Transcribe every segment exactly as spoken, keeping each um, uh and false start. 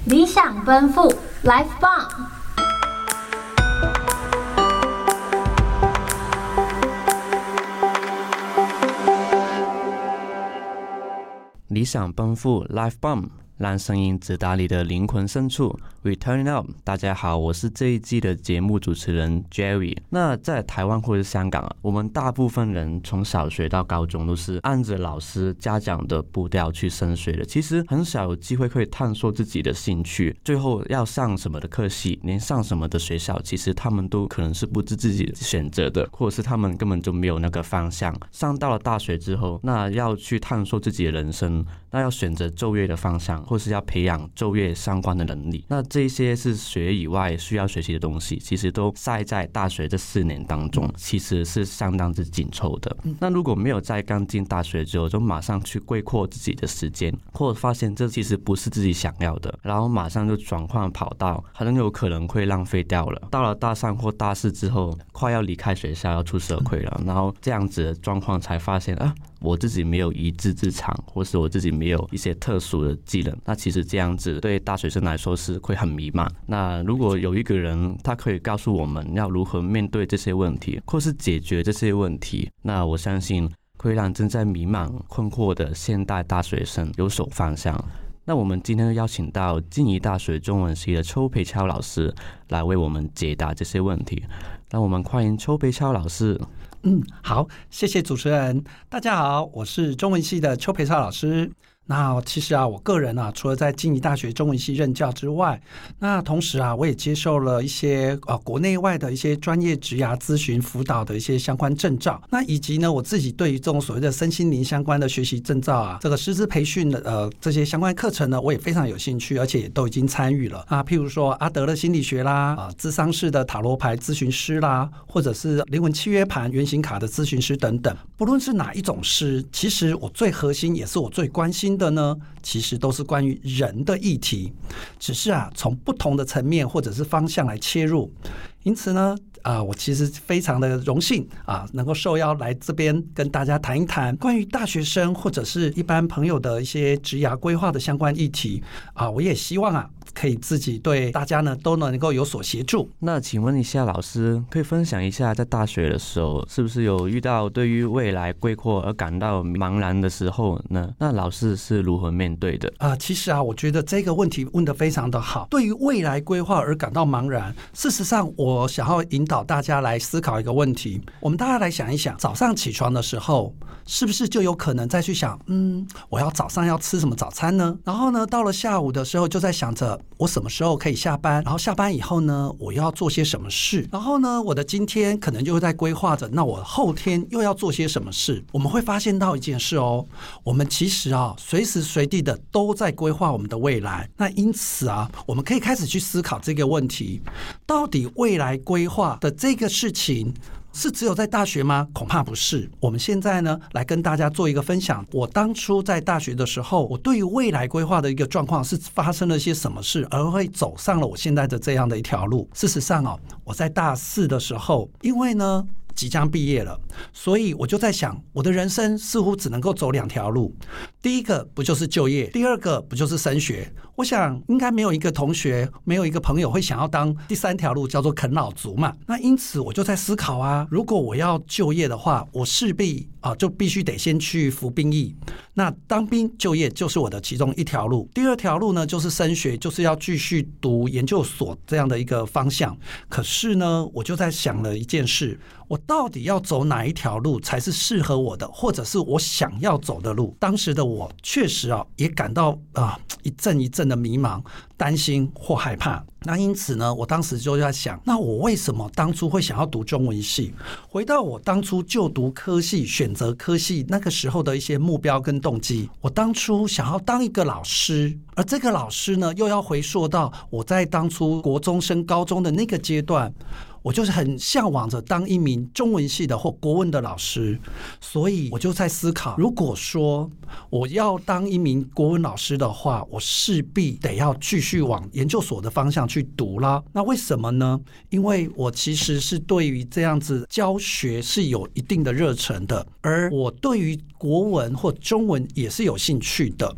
理想奔赴 Life Bomb。 理想奔赴 Life Bomb， 让声音直达你的灵魂深处。Returning Up， 大家好，我是这一季的节目主持人 Jerry。那在台湾或者香港啊，我们大部分人从小学到高中都是按着老师、家长的步调去升学的，其实很少有机会可以探索自己的兴趣。最后要上什么的科系，连上什么的学校，其实他们都可能是不知自己选择的，或者是他们根本就没有那个方向。上到了大学之后，那要去探索自己的人生，那要选择就业的方向，或是要培养就业相关的能力。那这些是学以外需要学习的东西，其实都塞在大学这四年当中，其实是相当之紧凑的。那如果没有在刚进大学之后就马上去规划自己的时间，或者发现这其实不是自己想要的，然后马上就转换跑道，很有可能会浪费掉了。到了大三或大四之后，快要离开学校要出社会了，然后这样子的状况才发现啊，我自己没有一技之长，或是我自己没有一些特殊的技能。那其实这样子对大学生来说是会很迷茫。那如果有一个人他可以告诉我们要如何面对这些问题，或是解决这些问题，那我相信会让正在迷茫困惑的现代大学生有所方向。那我们今天邀请到静宜大学中文系的邱培超老师来为我们解答这些问题。那我们欢迎邱培超老师。 嗯，好，谢谢主持人。大家好，我是中文系的邱培超老师。那其实啊，我个人啊，除了在静宜大学中文系任教之外，那同时啊，我也接受了一些呃国内外的一些专业职涯咨询辅导的一些相关证照。那以及呢，我自己对于这种所谓的身心灵相关的学习证照啊，这个师资培训的呃这些相关课程呢，我也非常有兴趣，而且也都已经参与了啊。譬如说阿德勒心理学啦，啊，諮商室的塔罗牌咨询师啦，或者是灵魂契约盘原型卡的咨询师等等。不论是哪一种师，其实我最核心也是我最关心的呢，其实都是关于人的议题，只是啊从不同的层面或者是方向来切入。因此呢啊，我其实非常的荣幸啊，能够受邀来这边跟大家谈一谈关于大学生或者是一般朋友的一些职涯规划的相关议题啊。我也希望啊，可以自己对大家呢都能够有所协助。 那请问一下老师，可以分享一下在大学的时候是不是有遇到对于未来规划而感到茫然的时候呢？那老师是如何面对的啊、呃？其实啊，我觉得这个问题问得非常的好。对于未来规划而感到茫然，事实上我想要引导大家来思考一个问题。我们大家来想一想，早上起床的时候是不是就有可能再去想，嗯，我要早上要吃什么早餐呢？然后呢，到了下午的时候就在想着我什么时候可以下班，然后下班以后呢，我要做些什么事，然后呢，我的今天可能就会在规划着，那我后天又要做些什么事。我们会发现到一件事哦，我们其实啊，随时随地的都在规划我们的未来。那因此啊，我们可以开始去思考这个问题，到底未来规划的这个事情是只有在大学吗？恐怕不是。我们现在呢，来跟大家做一个分享。我当初在大学的时候，我对于未来规划的一个状况是发生了些什么事，而会走上了我现在的这样的一条路。事实上哦，我在大四的时候，因为呢即将毕业了，所以我就在想，我的人生似乎只能够走两条路。第一个不就是就业，第二个不就是升学。我想应该没有一个同学，没有一个朋友会想要当第三条路，叫做啃老族嘛。那因此我就在思考啊，如果我要就业的话，我势必啊就必须得先去服兵役。那当兵就业就是我的其中一条路。第二条路呢，就是升学，就是要继续读研究所这样的一个方向。可是呢，我就在想了一件事，我到底要走哪一条路才是适合我的，或者是我想要走的路？当时的我确实啊，也感到啊、呃、一阵一阵的迷茫、担心或害怕。那因此呢，我当时就在想，那我为什么当初会想要读中文系？回到我当初就读科系、选择科系那个时候的一些目标跟动机，我当初想要当一个老师，而这个老师呢，又要回溯到我在当初国中升高中的那个阶段。我就是很向往着当一名中文系的或国文的老师，所以我就在思考，如果说我要当一名国文老师的话，我势必得要继续往研究所的方向去读啦。那为什么呢？因为我其实是对于这样子教学是有一定的热忱的，而我对于国文或中文也是有兴趣的。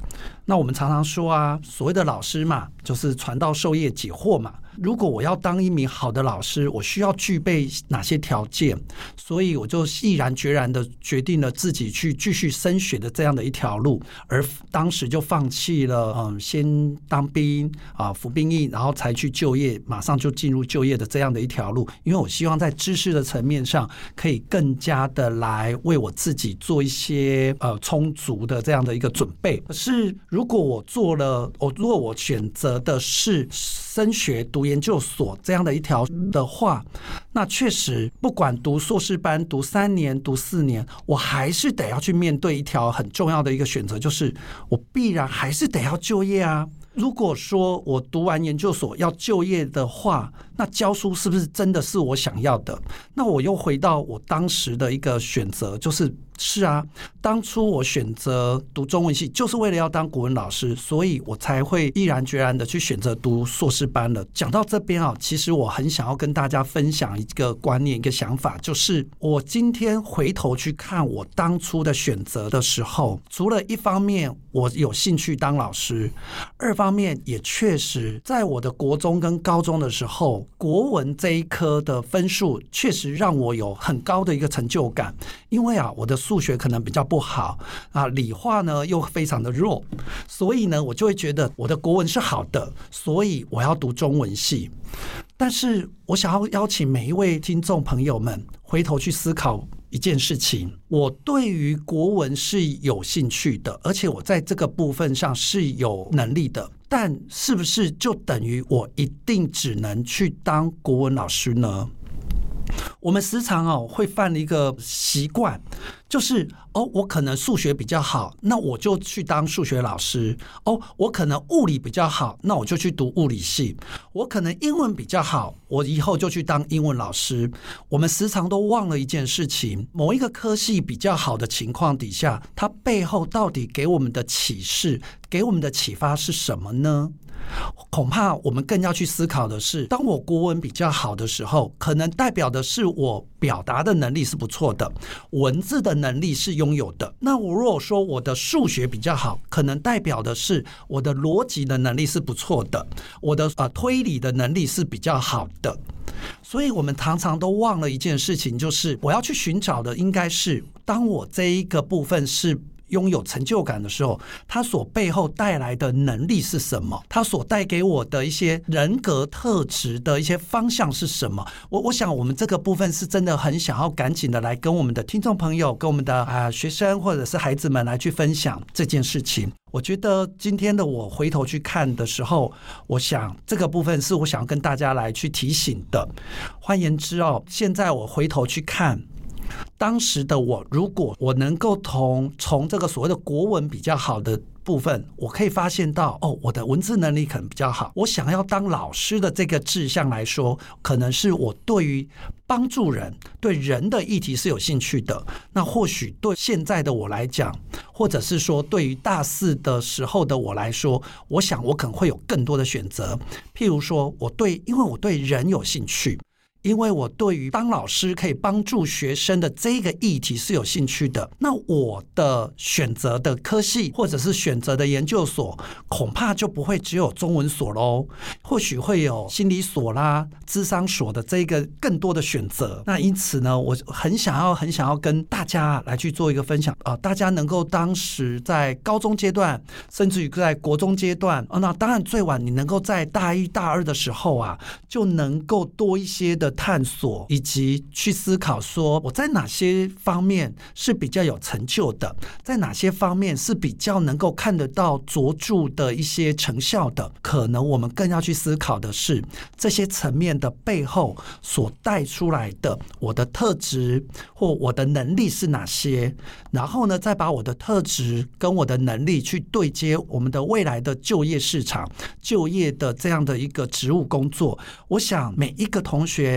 那我们常常说啊，所谓的老师嘛，就是传道授业解惑嘛。如果我要当一名好的老师，我需要具备哪些条件？所以我就毅然决然的决定了自己去继续升学的这样的一条路，而当时就放弃了嗯，先当兵啊，服兵役，然后才去就业，马上就进入就业的这样的一条路。因为我希望在知识的层面上，可以更加的来为我自己做一些呃充足的这样的一个准备。可是如果我做了，我如果我选择的是升学读研究所这样的一条的话，那确实不管读硕士班读三年读四年，我还是得要去面对一条很重要的一个选择，就是我必然还是得要就业啊。如果说我读完研究所要就业的话，那教书是不是真的是我想要的？那我又回到我当时的一个选择，就是是啊，当初我选择读中文系就是为了要当国文老师，所以我才会毅然决然的去选择读硕士班了。讲到这边啊，其实我很想要跟大家分享一个观念，一个想法，就是我今天回头去看我当初的选择的时候，除了一方面我有兴趣当老师，二方面也确实在我的国中跟高中的时候，国文这一科的分数确实让我有很高的一个成就感。因为啊，我的数学可能比较不好啊，理化呢又非常的弱，所以呢，我就会觉得我的国文是好的，所以我要读中文系。但是我想要邀请每一位听众朋友们回头去思考一件事情，我对于国文是有兴趣的，而且我在这个部分上是有能力的，但是不是就等于我一定只能去当国文老师呢？我们时常哦会犯一个习惯，就是哦，我可能数学比较好，那我就去当数学老师。哦，我可能物理比较好，那我就去读物理系。我可能英文比较好，我以后就去当英文老师。我们时常都忘了一件事情，某一个科系比较好的情况底下，它背后到底给我们的启示，给我们的启发是什么呢？恐怕我们更要去思考的是，当我国文比较好的时候，可能代表的是我表达的能力是不错的，文字的能力是拥有的。那我如果说我的数学比较好，可能代表的是我的逻辑的能力是不错的，我的、呃、推理的能力是比较好的。所以我们常常都忘了一件事情，就是我要去寻找的应该是，当我这一个部分是拥有成就感的时候，它所背后带来的能力是什么？它所带给我的一些人格特质的一些方向是什么？我我想我们这个部分是真的很想要赶紧的来跟我们的听众朋友、跟我们的、呃、学生或者是孩子们来去分享这件事情。我觉得今天的我回头去看的时候，我想这个部分是我想跟大家来去提醒的。换言之哦，现在我回头去看当时的我，如果我能够从从这个所谓的国文比较好的部分，我可以发现到哦，我的文字能力可能比较好。我想要当老师的这个志向来说，可能是我对于帮助人、对人的议题是有兴趣的。那或许对现在的我来讲，或者是说对于大四的时候的我来说，我想我可能会有更多的选择。譬如说，我对，因为我对人有兴趣。因为我对于当老师可以帮助学生的这个议题是有兴趣的，那我的选择的科系或者是选择的研究所，恐怕就不会只有中文所咯，或许会有心理所啦、諮商所的这个更多的选择。那因此呢，我很想要很想要跟大家来去做一个分享啊、呃，大家能够当时在高中阶段，甚至于在国中阶段、呃、那当然最晚你能够在大一大二的时候啊，就能够多一些的探索，以及去思考说我在哪些方面是比较有成就的，在哪些方面是比较能够看得到卓著的一些成效的。可能我们更要去思考的是这些层面的背后所带出来的我的特质或我的能力是哪些，然后呢再把我的特质跟我的能力去对接我们的未来的就业市场、就业的这样的一个职务工作。我想每一个同学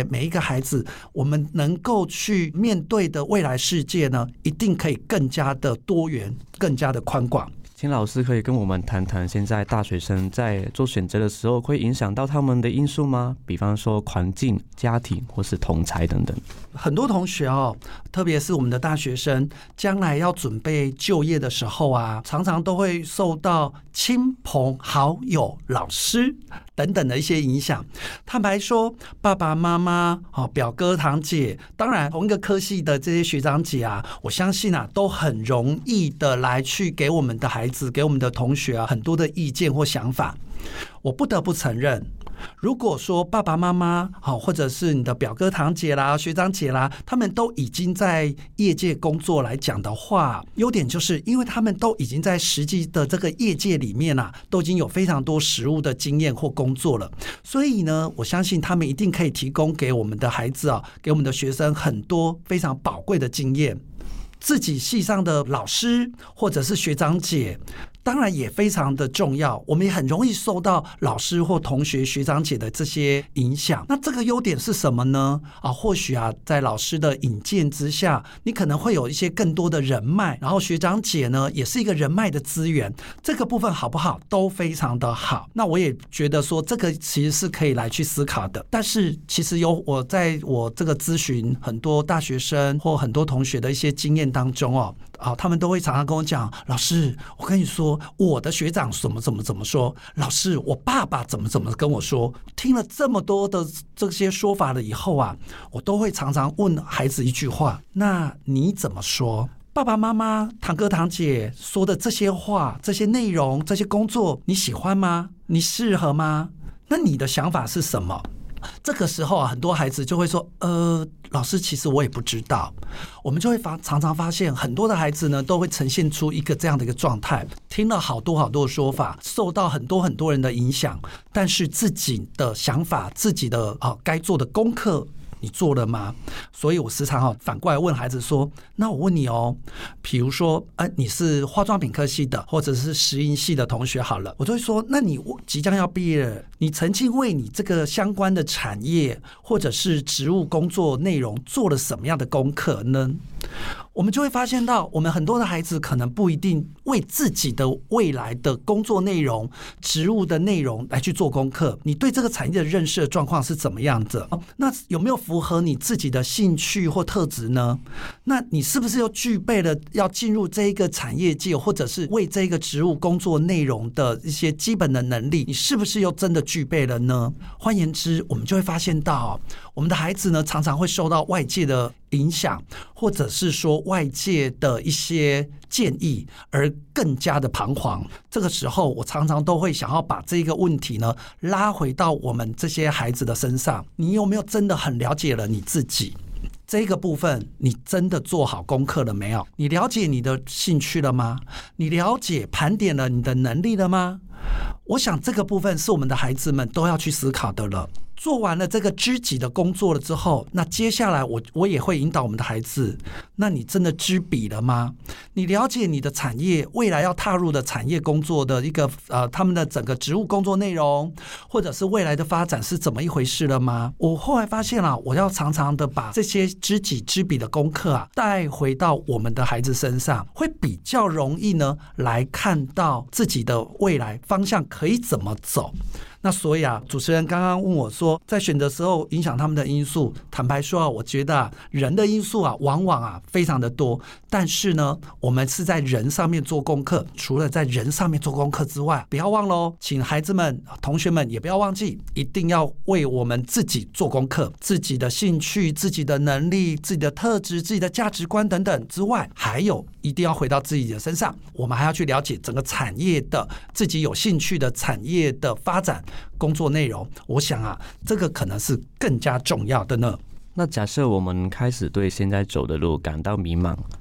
学，每一个孩子，我们能够去面对的未来世界呢，一定可以更加的多元，更加的宽广。 请老师可以跟我们谈谈，现在大学生在做选择的时候，会影响到他们的因素吗？比方说环境、家庭或是同侪等等。 很多同学哦，特别是我们的大学生，将来要准备就业的时候啊，常常都会受到亲朋好友、老师等等的一些影响。坦白说，爸爸妈妈、哦、表哥堂姐，当然同一个科系的这些学长姐啊，我相信啊，都很容易的来去给我们的孩子、给我们的同学啊很多的意见或想法。我不得不承认，如果说爸爸妈妈或者是你的表哥堂姐啦、学长姐啦，他们都已经在业界工作来讲的话，优点就是因为他们都已经在实际的这个业界里面啊，都已经有非常多实务的经验或工作了，所以呢，我相信他们一定可以提供给我们的孩子啊，给我们的学生很多非常宝贵的经验。自己系上的老师或者是学长姐当然也非常的重要，我们也很容易受到老师或同学学长姐的这些影响。那这个优点是什么呢？啊，或许啊，在老师的引荐之下，你可能会有一些更多的人脉，然后学长姐呢也是一个人脉的资源，这个部分好不好？都非常的好。那我也觉得说这个其实是可以来去思考的。但是其实有我在我这个咨询很多大学生或很多同学的一些经验当中哦，啊，他们都会常常跟我讲，老师，我跟你说，我的学长怎么怎么怎么说，老师，我爸爸怎么怎么跟我说。听了这么多的这些说法了以后啊，我都会常常问孩子一句话，那你怎么说？爸爸妈妈、堂哥堂姐说的这些话、这些内容、这些工作，你喜欢吗？你适合吗？那你的想法是什么？这个时候啊，很多孩子就会说，呃，老师，其实我也不知道。我们就会发常常发现，很多的孩子呢，都会呈现出一个这样的一个状态，听了好多好多的说法，受到很多很多人的影响，但是自己的想法、自己的啊该做的功课，你做了吗？所以我时常反过来问孩子说，那我问你哦，比如说、呃、你是化妆品科系的或者是食品系的同学好了，我就会说，那你即将要毕业了，你曾经为你这个相关的产业或者是职务工作内容做了什么样的功课呢？我们就会发现到，我们很多的孩子可能不一定为自己的未来的工作内容、职务的内容来去做功课。你对这个产业的认识的状况是怎么样的？那有没有符合你自己的兴趣或特质呢？那你是不是又具备了要进入这一个产业界，或者是为这个职务工作内容的一些基本的能力？你是不是又真的具备了呢？换言之，我们就会发现到，我们的孩子呢，常常会受到外界的影响，或者是说外界的一些建议而更加的彷徨。这个时候我常常都会想要把这个问题呢拉回到我们这些孩子的身上，你有没有真的很了解了你自己？这个部分你真的做好功课了没有？你了解你的兴趣了吗？你了解盘点了你的能力了吗？我想这个部分是我们的孩子们都要去思考的了。做完了这个知己的工作了之后，那接下来我我也会引导我们的孩子，那你真的知彼了吗？你了解你的产业未来要踏入的产业工作的一个呃他们的整个职务工作内容，或者是未来的发展是怎么一回事了吗？我后来发现了、啊，我要常常的把这些知己知彼的功课啊带回到我们的孩子身上，会比较容易呢来看到自己的未来方向可以怎么走。那所以啊，主持人刚刚问我说，在选的时候影响他们的因素，坦白说啊，我觉得啊，人的因素啊，往往啊非常的多。但是呢，我们是在人上面做功课，除了在人上面做功课之外，不要忘喽，请孩子们、同学们也不要忘记，一定要为我们自己做功课，自己的兴趣、自己的能力、自己的特质、自己的价值观等等之外，还有一定要回到自己的身上，我们还要去了解整个产业的自己有兴趣的产业的发展。工作内容，我想啊，这个可能是更加重要的呢。 那假设我们开始对现在走的路感到迷茫，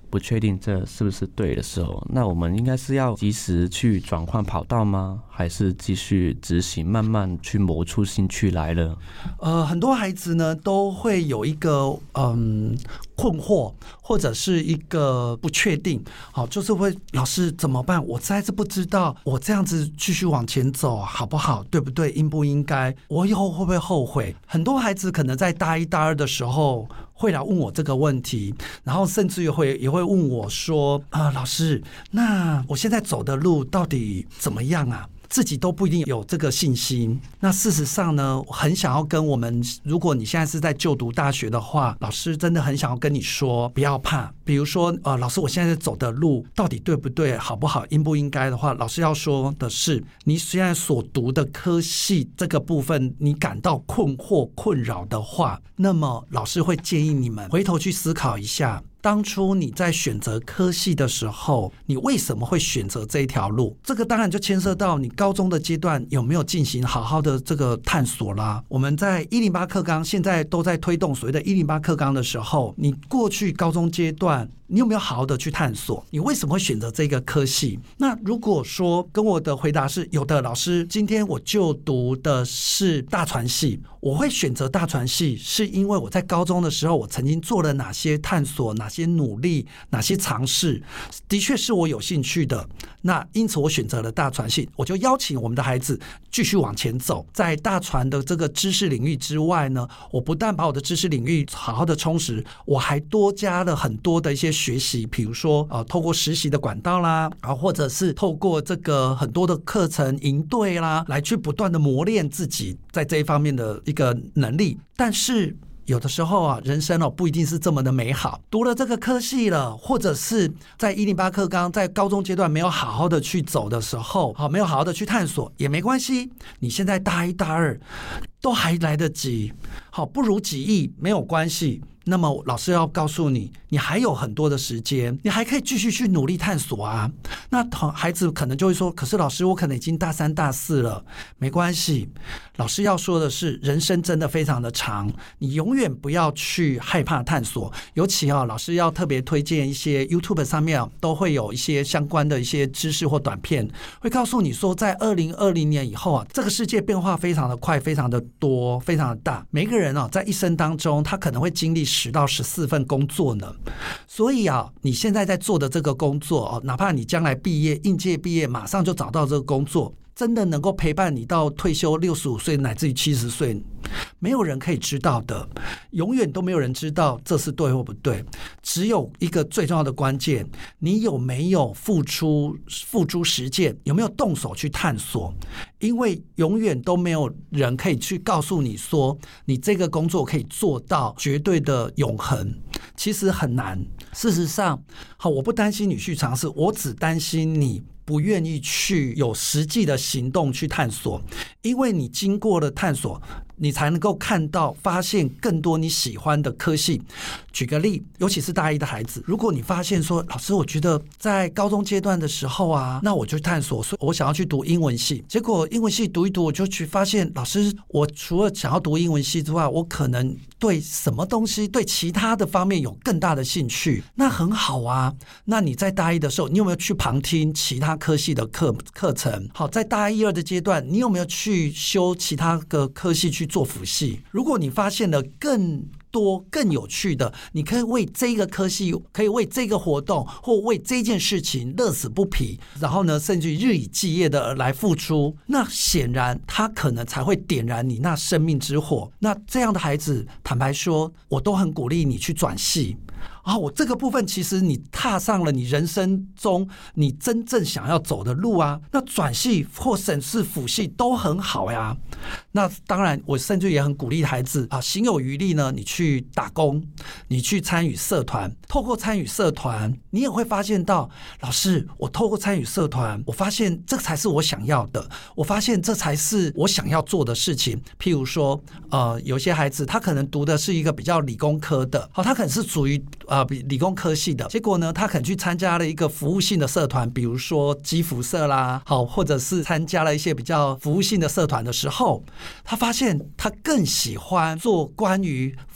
不确定这是不是对的时候，那我们应该是要及时去转换跑道吗？还是继续执行，慢慢去磨出兴趣来了？ 呃，很多孩子呢都会有一个嗯困惑，或者是一个不确定，好，就是会老师怎么办？我实在是不知道，我这样子继续往前走好不好？对不对？应不应该？我以后会不会后悔？很多孩子可能在大一、大二的时候会来问我这个问题，然后甚至于会也会问我说：“啊、呃，老师，那我现在走的路到底怎么样啊？”自己都不一定有这个信心。那事实上呢，我很想要跟我们，如果你现在是在就读大学的话，老师真的很想要跟你说，不要怕。比如说，呃，老师，我现在走的路到底对不对、好不好、应不应该的话，老师要说的是，你现在所读的科系这个部分，你感到困惑、困扰的话，那么老师会建议你们回头去思考一下。当初你在选择科系的时候，你为什么会选择这一条路？这个当然就牵涉到你高中的阶段有没有进行好好的这个探索啦。我们在一零八课纲现在都在推动所谓的一零八课纲的时候，你过去高中阶段你有没有好好的去探索？你为什么会选择这个科系？那如果说跟我的回答是有的，老师，今天我就读的是大传系，我会选择大传系，是因为我在高中的时候，我曾经做了哪些探索、哪些努力、哪些尝试，的确是我有兴趣的。那因此我选择了大传系，我就邀请我们的孩子继续往前走。在大传的这个知识领域之外呢，我不但把我的知识领域好好的充实，我还多加了很多的一些学习，比如说呃，透过实习的管道啦，啊，或者是透过这个很多的课程营队啦，来去不断的磨练自己在这一方面的一个能力。但是有的时候啊，人生哦不一定是这么的美好。读了这个科系了，或者是在一零八课纲在高中阶段没有好好的去走的时候，好，没有好好的去探索也没关系。你现在大一大二都还来得及，好，不如己意没有关系。那么老师要告诉你，你还有很多的时间，你还可以继续去努力探索啊。那孩子可能就会说，可是老师，我可能已经大三大四了。没关系，老师要说的是，人生真的非常的长，你永远不要去害怕探索。尤其啊，老师要特别推荐一些 YouTube 上面都会有一些相关的一些知识或短片，会告诉你说，在二零二零年以后啊，这个世界变化非常的快，非常的多，非常的大。每个人啊，在一生当中，他可能会经历十到十四份工作呢。所以啊，你现在在做的这个工作哦，哪怕你将来毕业，应届毕业马上就找到这个工作，真的能够陪伴你到退休六十五岁乃至于七十岁，没有人可以知道的，永远都没有人知道这是对或不对。只有一个最重要的关键，你有没有付出付诸实践，有没有动手去探索。因为永远都没有人可以去告诉你说，你这个工作可以做到绝对的永恒，其实很难。事实上，好，我不担心你去尝试，我只担心你不愿意去有实际的行动去探索。因为你经过了探索，你才能够看到发现更多你喜欢的科系。举个例，尤其是大一的孩子，如果你发现说，老师，我觉得在高中阶段的时候啊，那我就探索，所以我想要去读英文系，结果英文系读一读，我就去发现，老师，我除了想要读英文系之外，我可能对什么东西，对其他的方面有更大的兴趣。那很好啊。那你在大一的时候，你有没有去旁听其他科系的课课程？好，在大一二的阶段，你有没有去修其他的科系去做辅系？如果你发现了更多更有趣的，你可以为这个科系，可以为这个活动或为这件事情乐此不疲，然后呢，甚至日以继夜的来付出，那显然他可能才会点燃你那生命之火。那这样的孩子，坦白说，我都很鼓励你去转系。啊，我这个部分其实你踏上了你人生中你真正想要走的路啊，那转系或省市辅系都很好呀。那当然，我甚至也很鼓励孩子啊，行有余力呢，你去打工，你去参与社团，透过参与社团，你也会发现到，老师，我透过参与社团，我发现这才是我想要的，我发现这才是我想要做的事情。譬如说，呃，有些孩子他可能读的是一个比较理工科的，好，他可能是属于呃理工科系的，结果呢，他可能去参加了一个服务性的社团，比如说基辅社啦，好，或者是参加了一些比较服务性的社团的时候，他发现他更喜欢做关于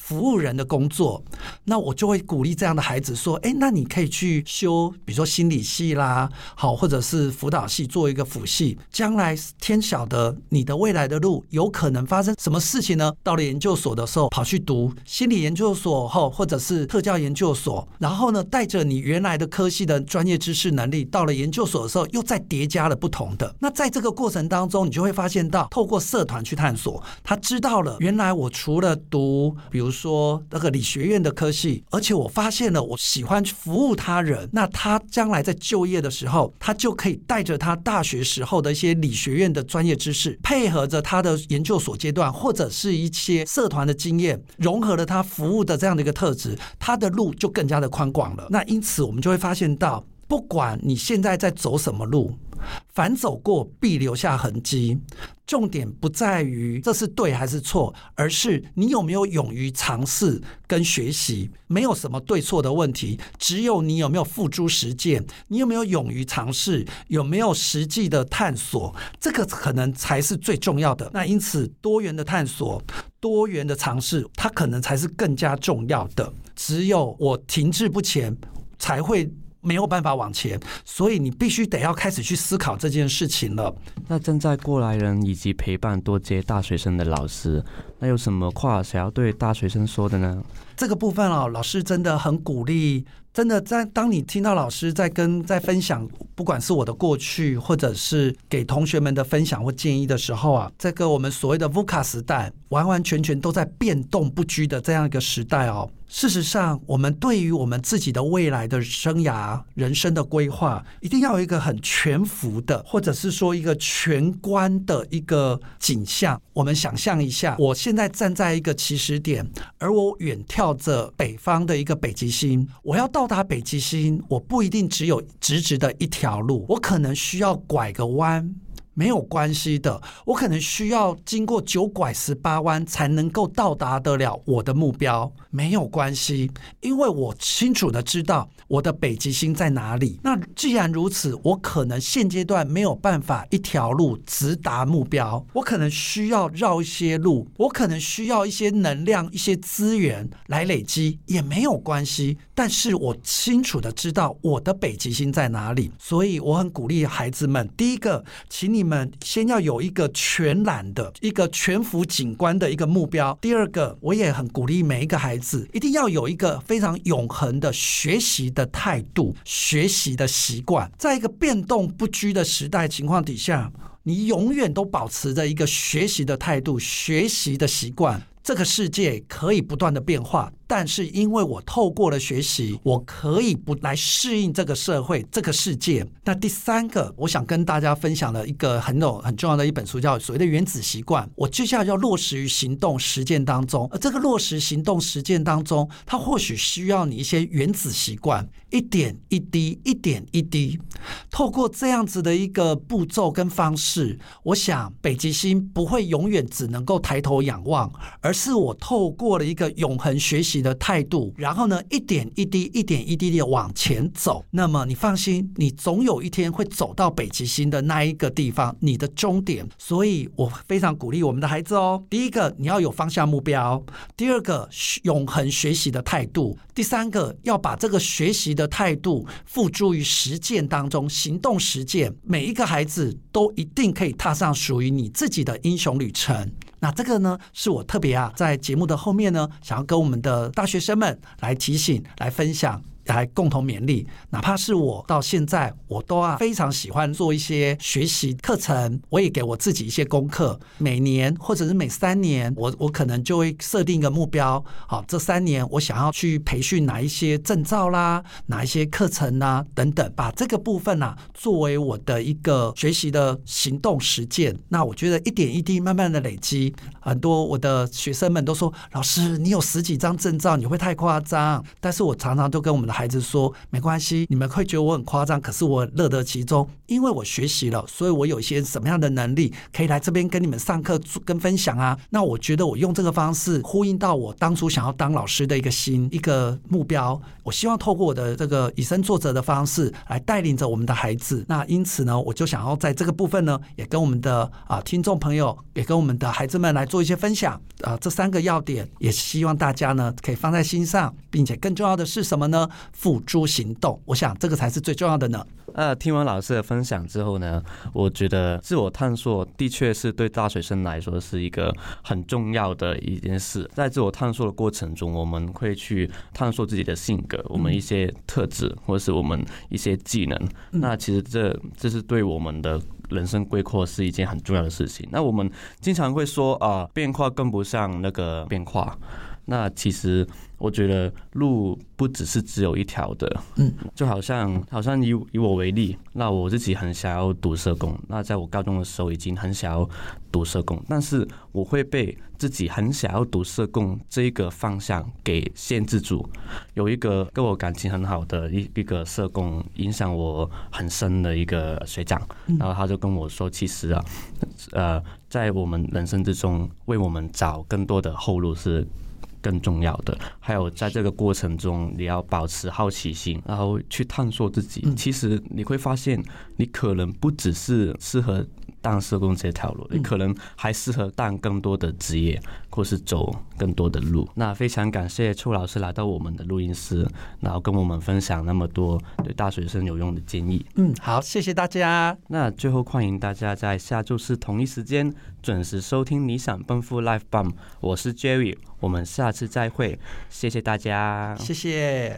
服务人的工作，那我就会鼓励这样的孩子说，哎，那你可以去修比如说心理系啦，好，或者是辅导系做一个辅系，将来天晓得你的未来的路有可能发生什么事情呢？到了研究所的时候跑去读心理研究所后，或者是特教研究所，然后呢带着你原来的科系的专业知识能力，到了研究所的时候又再叠加了不同的。那在这个过程当中，你就会发现到透过社团去探索，他知道了原来我除了读比如说那个理学院的科系，而且我发现了我喜欢服务他人，那他将来在就业的时候，他就可以带着他大学时候的一些理学院的专业知识，配合着他的研究所阶段或者是一些社团的经验，融合了他服务的这样的一个特质，他的路就更加的宽广了。那因此我们就会发现到，不管你现在在走什么路，凡走过必留下痕迹。重点不在于这是对还是错，而是你有没有勇于尝试跟学习。没有什么对错的问题，只有你有没有付诸实践，你有没有勇于尝试，有没有实际的探索，这个可能才是最重要的。那因此多元的探索，多元的尝试，它可能才是更加重要的。只有我停滞不前，才会没有办法往前，所以你必须得要开始去思考这件事情了。 那正在过来人以及陪伴多届大学生的老师，那有什么话想要对大学生说的呢？ 这个部分哦，老师真的很鼓励，真的在当你听到老师在跟在分享，不管是我的过去，或者是给同学们的分享或建议的时候啊，这个我们所谓的 VUCA 时代，完完全全都在变动不居的这样一个时代哦。事实上，我们对于我们自己的未来的生涯、人生的规划，一定要有一个很全幅的，或者是说一个全观的一个景象。我们想象一下，我现在站在一个起始点，而我远眺着北方的一个北极星。我要到达北极星，我不一定只有直直的一条路，我可能需要拐个弯。没有关系的，我可能需要经过九拐十八弯才能够到达得了我的目标，没有关系，因为我清楚的知道我的北极星在哪里。那既然如此，我可能现阶段没有办法一条路直达目标，我可能需要绕一些路，我可能需要一些能量、一些资源来累积，也没有关系。但是我清楚的知道我的北极星在哪里，所以我很鼓励孩子们，第一个，请你们先要有一个全览的一个全幅景观的一个目标。第二个，我也很鼓励每一个孩子一定要有一个非常永恒的学习的态度，学习的习惯。在一个变动不居的时代情况底下，你永远都保持着一个学习的态度，学习的习惯。这个世界可以不断的变化，但是因为我透过了学习，我可以不来适应这个社会、这个世界。那第三个，我想跟大家分享的一个很有很重要的一本书，叫所谓的原子习惯。我接下来要落实于行动实践当中，而这个落实行动实践当中，它或许需要你一些原子习惯，一点一滴，一点一滴，透过这样子的一个步骤跟方式，我想北极星不会永远只能够抬头仰望，而是我透过了一个永恒学习的态度，然后呢，一点一滴、一点一滴的往前走。那么你放心，你总有一天会走到北极星的那一个地方，你的终点。所以我非常鼓励我们的孩子哦。第一个，你要有方向目标；第二个，永恒学习的态度；第三个，要把这个学习的态度付诸于实践当中，行动实践。每一个孩子都一定可以踏上属于你自己的英雄旅程。那这个呢，是我特别啊，在节目的后面呢，想要跟我们的大学生们来提醒、来分享、来共同勉励。哪怕是我到现在，我都啊非常喜欢做一些学习课程，我也给我自己一些功课。每年或者是每三年，我我可能就会设定一个目标。好，这三年我想要去培训哪一些证照啦，哪一些课程啦等等，把这个部分啊作为我的一个学习的行动实践。那我觉得一点一滴慢慢的累积，很多我的学生们都说，老师你有十几张证照，你会太夸张。但是我常常都跟我们的孩子说，没关系，你们会觉得我很夸张，可是我乐得其中，因为我学习了，所以我有一些什么样的能力可以来这边跟你们上课跟分享啊。那我觉得我用这个方式呼应到我当初想要当老师的一个心一个目标，我希望透过我的这个以身作则的方式来带领着我们的孩子。那因此呢，我就想要在这个部分呢，也跟我们的啊听众朋友，也跟我们的孩子们来做一些分享啊。这三个要点，也希望大家呢可以放在心上，并且更重要的是什么呢？付诸行动。我想这个才是最重要的呢。 呃，听完老师的分享之后呢，我觉得自我探索的确是对大学生来说是一个很重要的一件事。在自我探索的过程中，我们会去探索自己的性格、我们一些特质，或是我们一些技能。嗯、那其实这这是对我们的人生规划是一件很重要的事情。那我们经常会说啊、呃，变化跟不上那个变化。那其实我觉得路不只是只有一条的，嗯，就好像好像以以我为例，那我自己很想要读社工，那在我高中的时候已经很想要读社工，但是我会被自己很想要读社工这一个方向给限制住。有一个跟我感情很好的一一个社工，影响我很深的一个学长，然后他就跟我说，其实啊，呃，在我们人生之中，为我们找更多的后路是更重要的。还有在这个过程中，你要保持好奇心，然后去探索自己。其实你会发现，你可能不只是适合当社工这条路，你可能还适合当更多的职业，或是走更多的路。那非常感谢邱老师来到我们的录音室，然后跟我们分享那么多对大学生有用的建议。 嗯，好，谢谢大家。 那最后欢迎大家在下周四同一时间准时收听理想奔赴 Life Bomb， 我是 Jerry， 我们下次再会，谢谢大家， 谢谢。